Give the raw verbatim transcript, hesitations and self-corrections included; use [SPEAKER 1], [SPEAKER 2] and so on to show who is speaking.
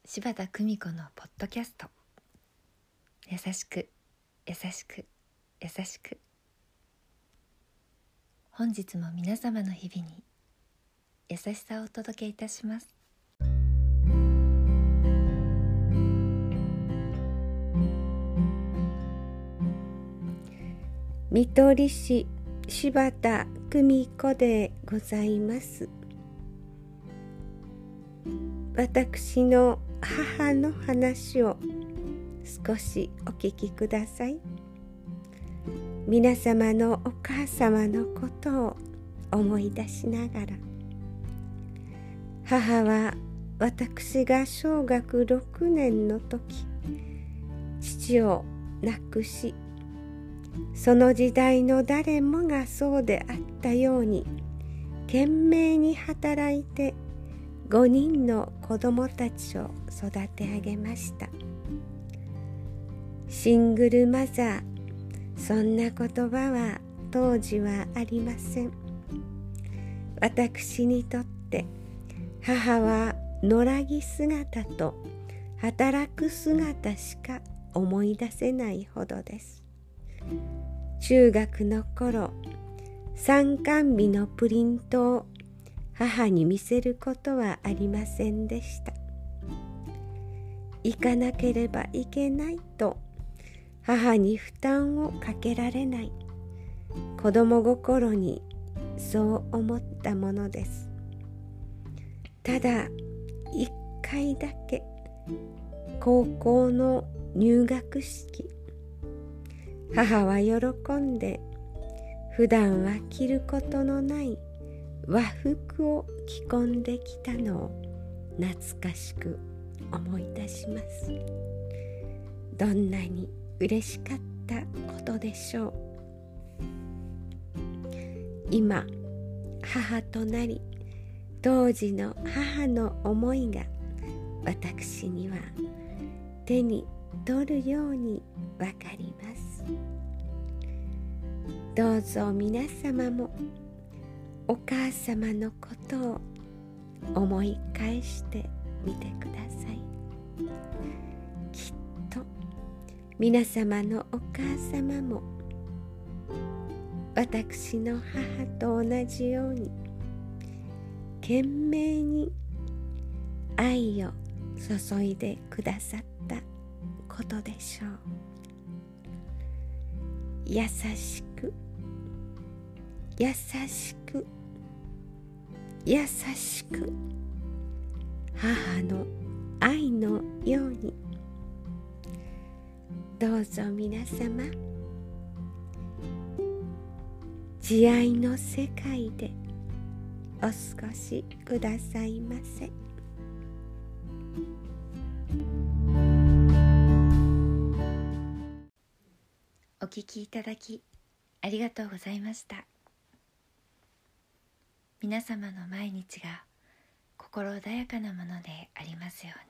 [SPEAKER 1] 柴田久美子のポッドキャスト。優しく優しく優しく。本日も皆様の日々に優しさをお届けいたします。
[SPEAKER 2] 見取り師柴田久美子でございます。私の母の話を少しお聞きください。皆様のお母様のことを思い出しながら、母は私が小学ろくねんの時、父を亡くし、その時代の誰もがそうであったように懸命に働いてごにんの子供たちを育て上げました。シングルマザー、そんな言葉は当時はありません。私にとって母は野良着姿と働く姿しか思い出せないほどです。中学の頃、参観日のプリントを母に見せることはありませんでした。行かなければいけないと母に負担をかけられない、子供心にそう思ったものです。ただ一回だけ高校の入学式、母は喜んで普段は着ることのない和服を着込んできたのを懐かしく思い出します。どんなに嬉しかったことでしょう。今母となり、当時の母の思いが私には手に取るようにわかります。どうぞ皆様もお母様のことを思い返してみてください。きっと皆様のお母様も私の母と同じように懸命に愛を注いでくださったことでしょう。優しく優しく優しく、母の愛のように。どうぞ皆様、慈愛の世界でお過ごしくださいませ。
[SPEAKER 1] お聞きいただきありがとうございました。皆様の毎日が心穏やかなものでありますように。